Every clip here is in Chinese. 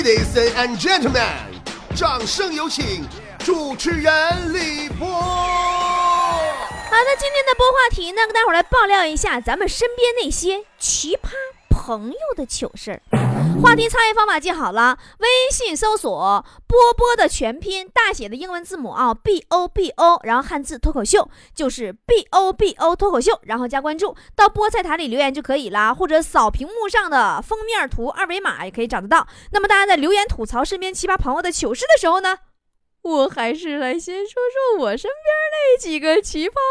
Ladies and gentlemen， 掌声有请主持人李波。 好的，今天的播话题呢，跟大伙来爆料一下咱们身边那些奇葩朋友的糗事儿。话题参与方法记好了，微信搜索波波的全拼大写的英文字母啊 BOBO， 然后汉字脱口秀，就是 BOBO 脱口秀，然后加关注，到菠菜台里留言就可以啦，或者扫屏幕上的封面图二维码也可以找得到。那么大家在留言吐槽身边奇葩朋友的糗事的时候呢，我还是来先说说我身边那几个奇葩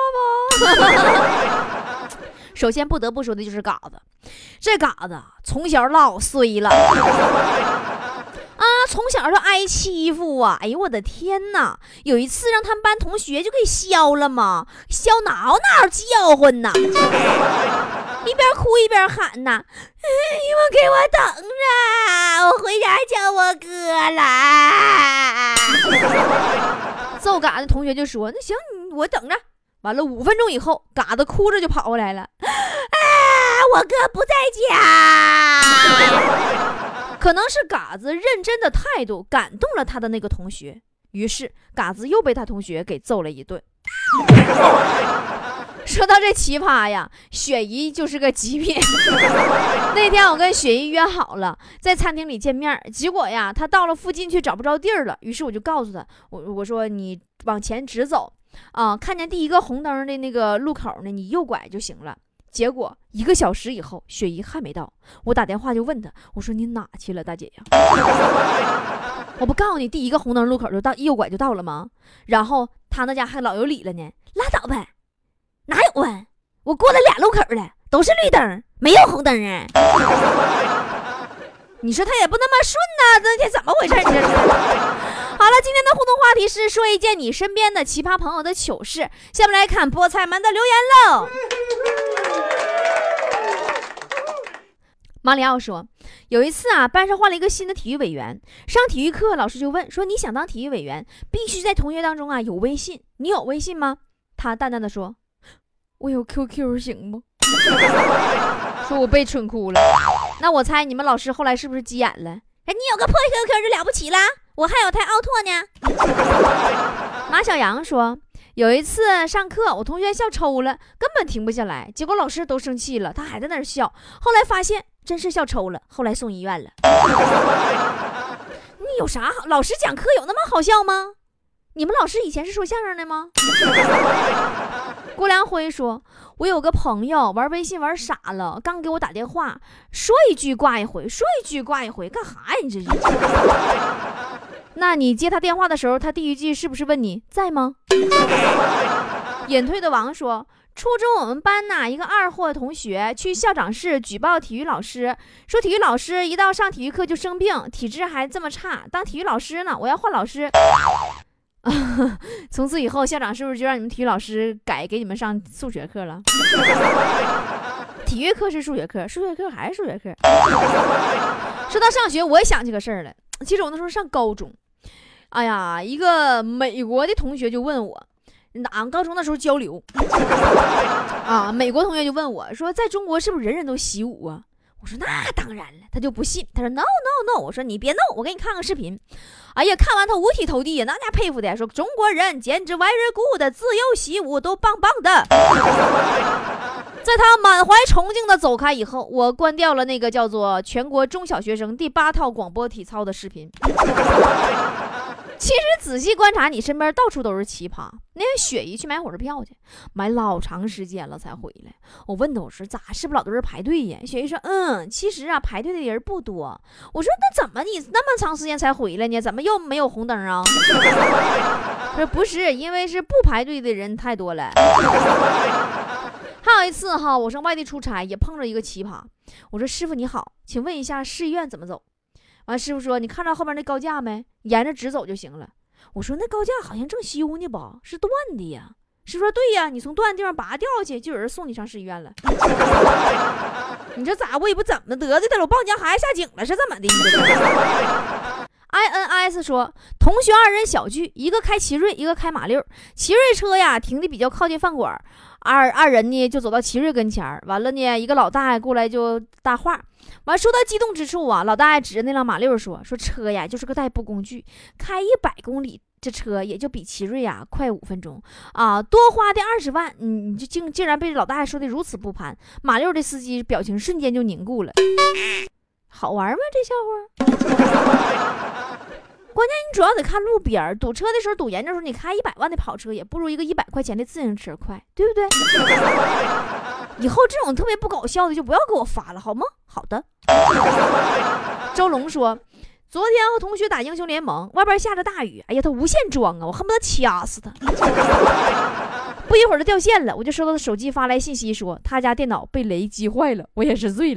吧。首先不得不说的就是嘎子，这嘎子从小老衰了啊，从小就挨欺负啊！哎呦我的天哪！有一次让他们班同学就给削了嘛，削挠叫唤呐，一边哭一边喊呐：“你们给我等着，我回家叫我哥啦！”揍嘎的同学就说：“那行，我等着。”完了5分钟以后，嘎子哭着就跑过来了，我哥不在家。可能是嘎子认真的态度感动了他的那个同学，于是嘎子又被他同学给揍了一顿。说到这奇葩呀，雪姨就是个极品。那天我跟雪姨约好了在餐厅里见面，结果呀她到了附近却找不着地儿了，于是我就告诉她，我说你往前直走啊，看见第一个红灯的那个路口呢，你右拐就行了。结果1个小时以后，雪姨还没到，我打电话就问她，我说你哪去了，大姐呀？我不告诉你第一个红灯路口就到，右拐就到了吗？然后她那家还老有理了呢，拉倒呗，哪有啊？我过了2路口了，都是绿灯，没有红灯啊。你说他也不那么顺呐，那天怎么回事？你这是？好了，今天的互动话题是说一件你身边的奇菠朋友的糗事。下面来看菠菜们的留言喽。马里奥说，有一次啊，班上换了一个新的体育委员，上体育课老师就问说，你想当体育委员，必须在同学当中啊有微信，你有微信吗？他淡淡的说，我有 QQ 行不？说我被蠢哭了。那我猜你们老师后来是不是急眼了？你有个破 QQ 就了不起啦，我还有台奥拓呢。马小阳说，有一次上课我同学笑抽了，根本停不下来，结果老师都生气了，他还在那儿笑，后来发现真是笑抽了，后来送医院了。你有啥好？老师讲课有那么好笑吗？你们老师以前是说相声的吗？郭良辉说，我有个朋友玩微信玩傻了，刚给我打电话，说一句挂一回，说一句挂一回，干啥呀你这是？那你接他电话的时候，他第一句是不是问你在吗？隐退的王说，初中我们班呐一个二货同学去校长室举报体育老师，说体育老师一到上体育课就生病，体质还这么差，当体育老师呢，我要换老师。从此以后校长是不是就让你们体育老师改给你们上数学课了？体育课是数学课，数学课还是数学课。说到上学，我也想起个事儿来。其实我那时候上高中，哎呀，一个美国的同学就问我，俺高中那时候交流啊，美国同学就问我说，在中国是不是人人都习武啊？我说那当然了，他就不信，他说 no， 我说你别 no， 我给你看个视频。哎呀，看完他五体投地呀，那家佩服的说，中国人简直 very good， 自由习武都棒棒的。在他满怀崇敬的走开以后，我关掉了那个叫做全国中小学生第8套广播体操的视频。其实仔细观察，你身边到处都是奇葩。那天雪姨去买火车票去，买老长时间了才回来。我问她，我说咋是不是老多人排队呀？雪姨说，其实啊排队的人不多。我说那怎么你那么长时间才回来呢？怎么又没有红灯啊？说不是，因为是不排队的人太多了。还有一次哈，我上外地出差也碰着一个奇葩。我说师傅你好，请问一下市医院怎么走？完师傅说，你看到后面那高架没？沿着直走就行了。我说那高架好像正修呢吧，是断的呀。师傅说对呀，你从断的地方拔掉去，就有人送你上市医院了。你这咋我也不怎么得罪的了，我抱你家孩子下井了是怎么的？INS 说，同学2人小聚，一个开奇瑞，一个开马六。奇瑞车呀停的比较靠近饭馆，二人呢就走到奇瑞跟前，完了呢一个老大爷过来就搭话，完完说到激动之处啊，老大爷指着那辆马六说车呀就是个代步工具，开100公里这车也就比奇瑞呀快5分钟啊，多花的20万，你就竟然被老大爷说的如此不堪。马六的司机表情瞬间就凝固了。好玩吗这笑话？关键你主要得看路边，堵车的时候堵严重的时候，你开100万的跑车也不如一个100块钱的自行车快，对不对？以后这种特别不搞笑的就不要给我发了好吗？好的。周龙说，昨天和同学打英雄联盟，外边下着大雨，哎呀，他无限装啊，我恨不得掐死他。不一会儿就掉线了，我就收到他手机发来信息说他家电脑被雷击坏了，我也是醉了。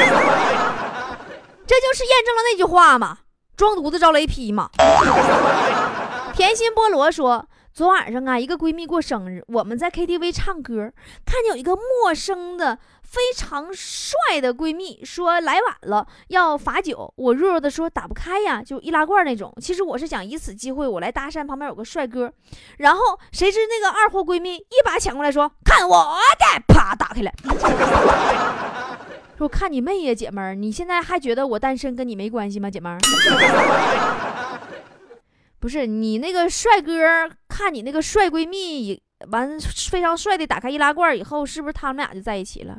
这就是验证了那句话嘛，装犊子招雷劈嘛。甜心菠萝说，昨晚上啊，一个闺蜜过生日，我们在 KTV 唱歌，看见有一个陌生的非常帅的闺蜜说来晚了要罚酒，我弱弱的说打不开呀，就易拉罐那种。其实我是想以此机会我来搭讪旁边有个帅哥，然后谁知那个二货闺蜜一把抢过来说看我的，啪打开了。说看你妹呀，姐们儿，你现在还觉得我单身跟你没关系吗，姐们儿？不是你那个帅哥看你那个帅闺蜜完非常帅的打开易拉罐以后，是不是他们俩就在一起了？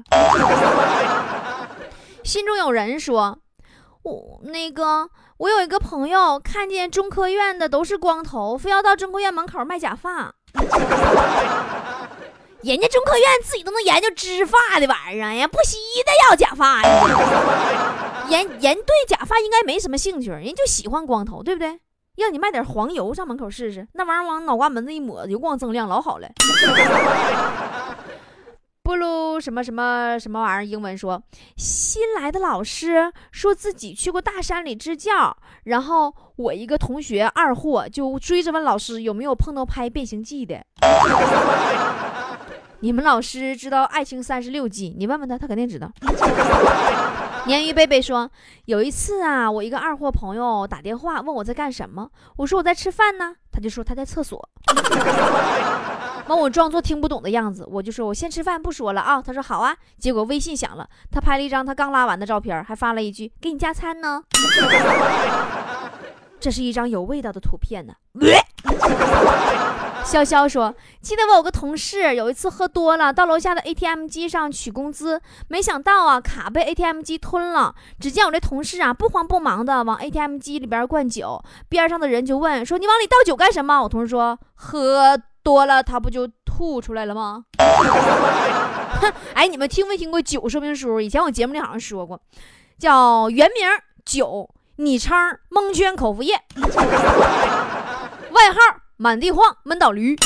心中有人说，我有一个朋友看见中科院的都是光头，非要到中科院门口卖假发。人家中科院自己都能研究织发的玩意儿，人不惜的要假发呀。人对假发应该没什么兴趣，人就喜欢光头，对不对？让你卖点黄油上门口试试，那玩意儿往脑瓜门子一抹，油光锃亮，老好了。不如什么什么什么玩意儿？英文说，新来的老师说自己去过大山里支教，然后我一个同学二货就追着问老师有没有碰到拍变形记的。你们老师知道爱情36计，你问问他，他肯定知道。鲶鱼贝贝说，有一次啊，我一个二货朋友打电话问我在干什么，我说我在吃饭呢，他就说他在厕所。完我装作听不懂的样子，我就说我先吃饭不说了啊，他说好啊。结果微信响了，他拍了一张他刚拉完的照片，还发了一句给你加餐呢。这是一张有味道的图片呢。潇潇说，记得我有个同事有一次喝多了，到楼下的 ATM 机上取工资，没想到啊卡被 ATM 机吞了。只见我这同事啊不慌不忙的往 ATM 机里边灌酒，边上的人就问说你往里倒酒干什么？我同事说喝多了他不就吐出来了吗？哎，你们听没听过酒说明书？以前我节目里好像说过，叫原名酒，昵称蒙圈口服液，外号满地晃闷倒驴。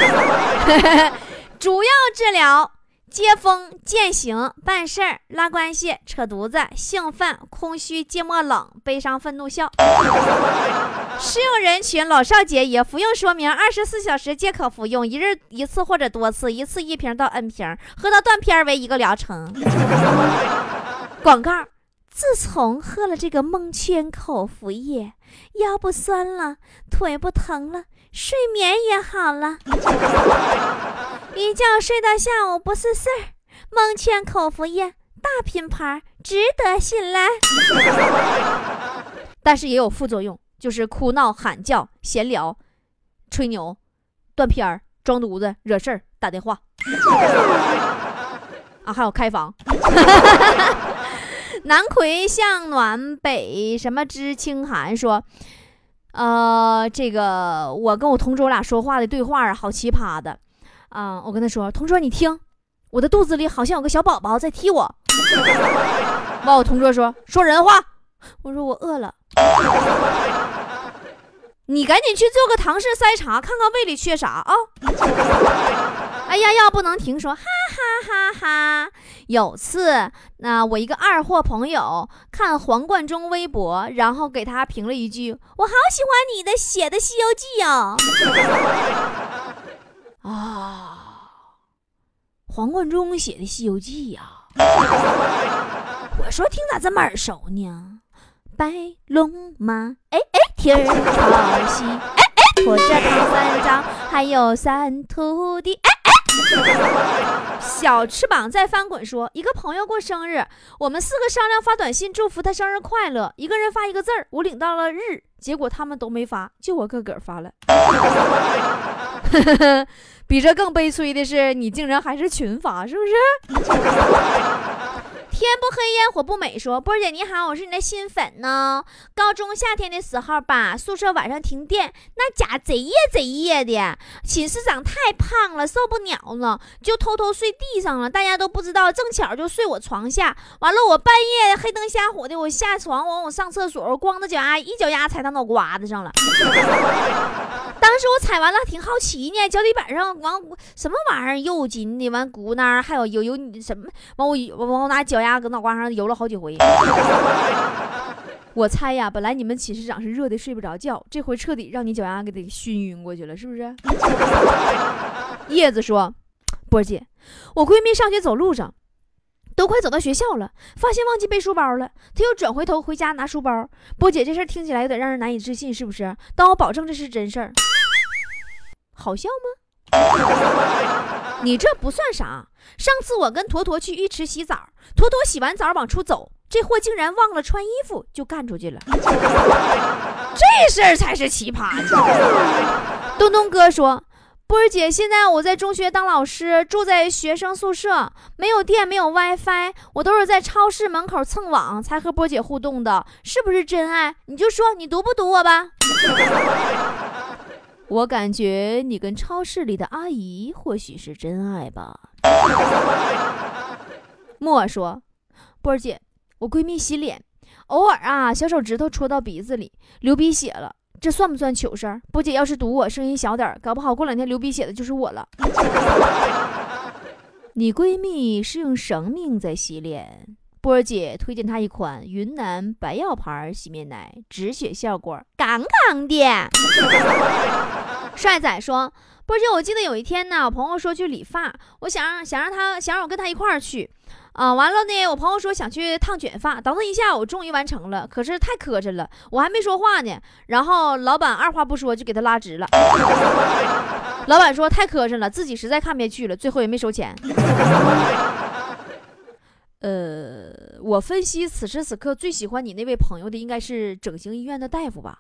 主要治疗接风、践行、办事儿、拉关系、扯犊子、兴奋、空虚、寂寞、冷、悲伤、愤怒、笑。适用人群老少皆宜，服用说明24小时皆可服用，一日1次或者多次，一次1瓶到 N 瓶，喝到断片为1个疗程。广告，自从喝了这个蒙圈口服液，腰不酸了，腿不疼了，睡眠也好了，一觉睡到下午不是事儿。蒙圈口服液，大品牌，值得信赖。但是也有副作用，就是哭闹、喊叫、闲聊、吹牛、断片儿、装犊子、惹事儿、打电话啊，还有开房。南魁向暖北什么知清寒说，这个我跟我同桌俩说话的对话好奇葩的。我跟他说，同桌你听，我的肚子里好像有个小宝宝在踢我。完我同桌说人话。我说我饿了。你赶紧去做个唐氏筛查，看看胃里缺啥啊。哎呀，要不能停说，哈哈哈哈。有次我一个二货朋友看黄贯中微博，然后给他评了一句，我好喜欢你的写的西游记黄贯中写的西游记呀。我说听咋这么耳熟呢？白龙马蹄儿朝西拖着唐三藏还有三徒弟小翅膀在翻滚说，一个朋友过生日，我们4个商量发短信祝福他生日快乐，一个人发1个字儿，我领到了日，结果他们都没发，就我个个发了。比这更悲催的是，你竟然还是群发，是不是？天不黑烟火不美说，波儿姐你好，我是你的新粉呢。高中夏天的时候吧，宿舍晚上停电，那家贼夜的，寝室长太胖了，受不了了，就偷偷睡地上了，大家都不知道，正巧就睡我床下。完了，我半夜黑灯瞎火的，我下床我上厕所，我光着脚丫，一脚丫踩到脑瓜子上了。当时我踩完了挺好奇呢，脚底板上完什么玩意儿又紧的，完鼓那儿还有什么，完我拿脚丫搁脑瓜上游了好几回。我猜呀，本来你们寝室长是热的睡不着觉，这回彻底让你脚丫给熏晕过去了，是不是？叶子说，波姐，我闺蜜上学走路上都快走到学校了，发现忘记背书包了，她又转回头回家拿书包。波姐，这事儿听起来有点让人难以置信，是不是？但我保证这是真事儿。好笑吗？你这不算啥。上次我跟坨坨去浴池洗澡，坨坨洗完澡往出走，这货竟然忘了穿衣服就干出去了。这事儿才是奇葩呢。东东哥说，波儿姐，现在我在中学当老师，住在学生宿舍，没有电，没有 WiFi， 我都是在超市门口蹭网才和波姐互动的，是不是真爱？你就说你读不读我吧。我感觉你跟超市里的阿姨或许是真爱吧。莫儿说，波儿姐，我闺蜜洗脸，偶尔啊小手指头戳到鼻子里流鼻血了，这算不算糗事儿？波姐要是堵我声音小点，搞不好过2天流鼻血的就是我了。你闺蜜是用生命在洗脸，波儿姐推荐她一款云南白药牌洗面奶，止血效果杠杠的。帅仔说，波儿姐，我记得有一天呢，我朋友说去理发，我想让我跟他一块儿去完了呢，我朋友说想去烫卷发，倒腾一下我终于完成了，可是太磕碜了，我还没说话呢，然后老板二话不说就给他拉直了。老板说太磕碜了，自己实在看不下去了，最后也没收钱。我分析此时此刻最喜欢你那位朋友的应该是整形医院的大夫吧。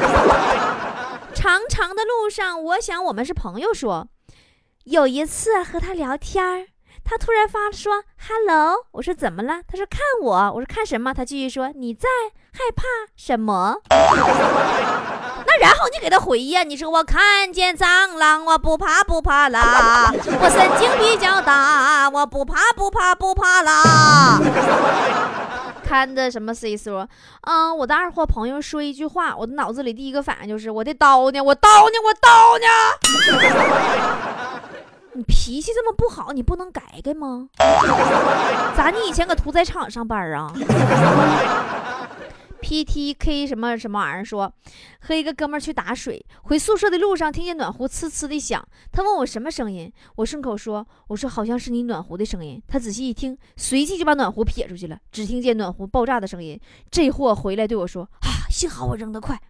长长的路上，我想我们是朋友说，有一次和他聊天，他突然发说 Hello， 我说怎么了？他说看我，我说看什么？他继续说你在害怕什么？那然后你给他回呀，你说我看见蟑螂，我不怕啦，我神经比较大，我不怕啦。看的什么 C 说，我的二货朋友说一句话，我的脑子里第一个反应就是我的刀呢，我刀呢。你脾气这么不好，你不能改改吗？咋你以前搁屠宰场上班啊？PTK 什么什么玩意儿说，和一个哥们儿去打水，回宿舍的路上听见暖壶呲呲的响，他问我什么声音，我顺口说好像是你暖壶的声音，他仔细一听，随即就把暖壶撇出去了，只听见暖壶爆炸的声音。这货回来对我说幸好我扔得快。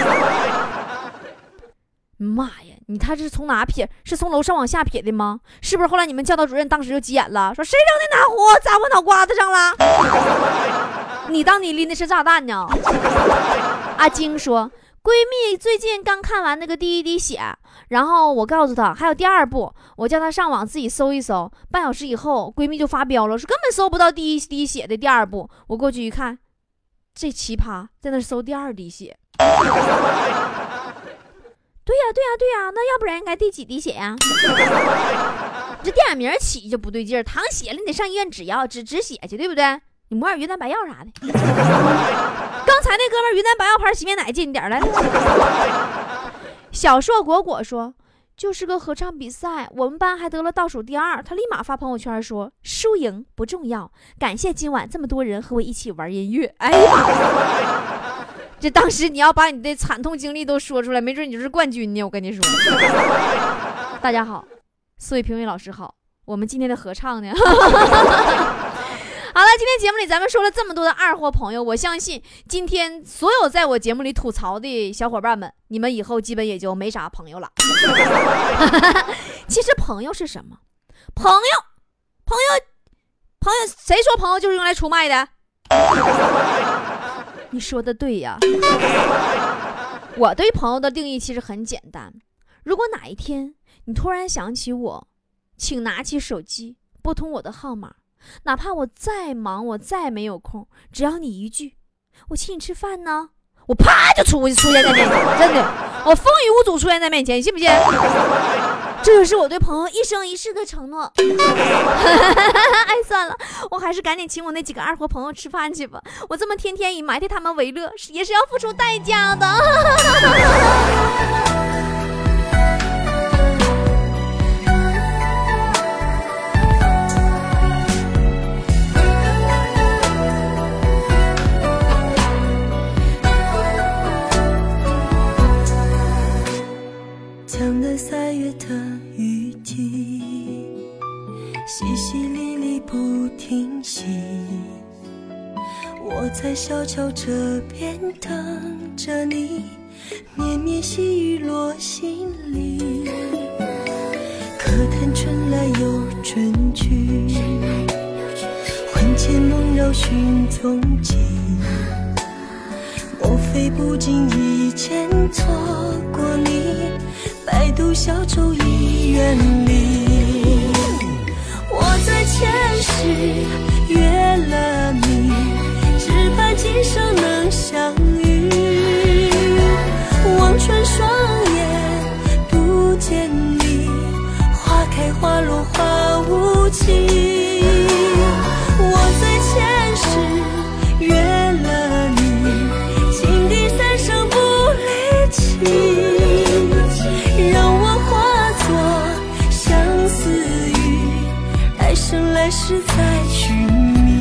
妈呀，他是从哪撇？是从楼上往下撇的吗？是不是后来你们教导主任当时就急眼了，说谁扔的暖壶砸我脑瓜子上了？你当你拎的是炸弹呢？阿晶说，闺蜜最近刚看完那个第一滴血，然后我告诉她还有第2部，我叫她上网自己搜一搜，半小时以后闺蜜就发飙了，说根本搜不到第一滴血的第2部。我过去一看，这奇葩在那搜第2滴血。对呀，那要不然应该第几滴血呀？这电影名起就不对劲儿，淌血了你得上医院止血去，对不对？你抹点云南白药啥的。刚才那哥们云南白药牌洗面奶近点来了。小硕果说，就是个合唱比赛，我们班还得了倒数第2，他立马发朋友圈说输赢不重要，感谢今晚这么多人和我一起玩音乐。哎呀，这当时你要把你的惨痛经历都说出来，没准你就是冠军呢，我跟你说。大家好，4位评委老师好，我们今天的合唱呢好了，今天节目里咱们说了这么多的二货朋友，我相信今天所有在我节目里吐槽的小伙伴们，你们以后基本也就没啥朋友了。其实朋友是什么？朋友，谁说朋友就是用来出卖的？你说的对呀。我对朋友的定义其实很简单，如果哪一天你突然想起我，请拿起手机拨通我的号码，哪怕我再忙，我再没有空，只要你一句我请你吃饭呢，我啪就出现在面前，真的，我风雨无阻出现在面前，信不信？这就是我对朋友一生一世的承诺。哎，算了，我还是赶紧请我那几个二货朋友吃饭去吧。我这么天天以埋汰他们为乐，也是要付出代价的。 将那3月的雨季淅淅沥沥不停息，我在小桥这边等着你，绵绵细雨落心里，可叹春来又春去，魂牵梦绕寻踪迹，莫非不经意间错过你，摆渡小舟已远离，我在前世约了你，只盼今生能相遇，望穿双眼不见你，花开花落花无情，我在前世约了你，情定三生不离弃，来世再寻觅。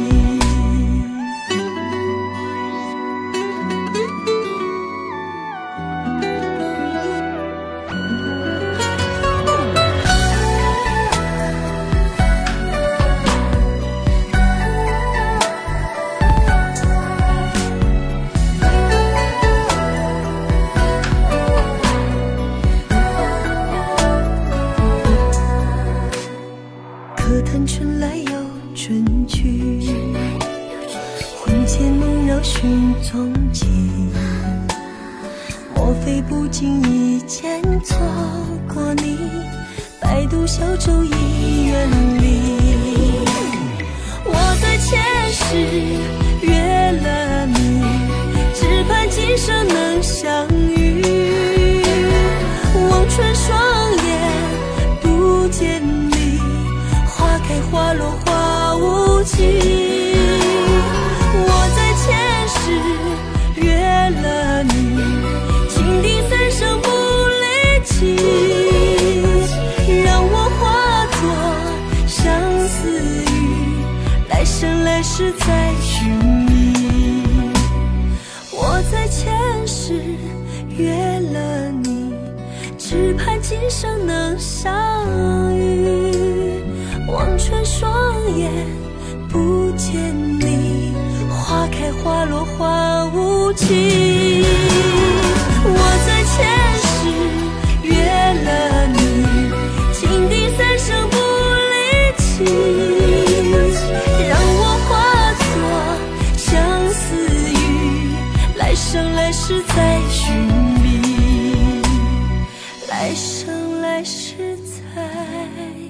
可叹春来又春去，魂牵梦绕寻踪迹，莫非不经意间错过你，摆渡小舟已远离，我在前世约了你，只盼今生能相遇，望穿双眼不见你，花开花落花无情，我在前世约了你，情定三生不离弃，让我化作相思雨，来生来世再寻觅，我在前世约了你，只盼今生能相遇，望穿双眼不见你，花开花落花无情，我在前世约了你，情定三生不离弃，让我化作相思雨，来生来世再寻觅，来生来世再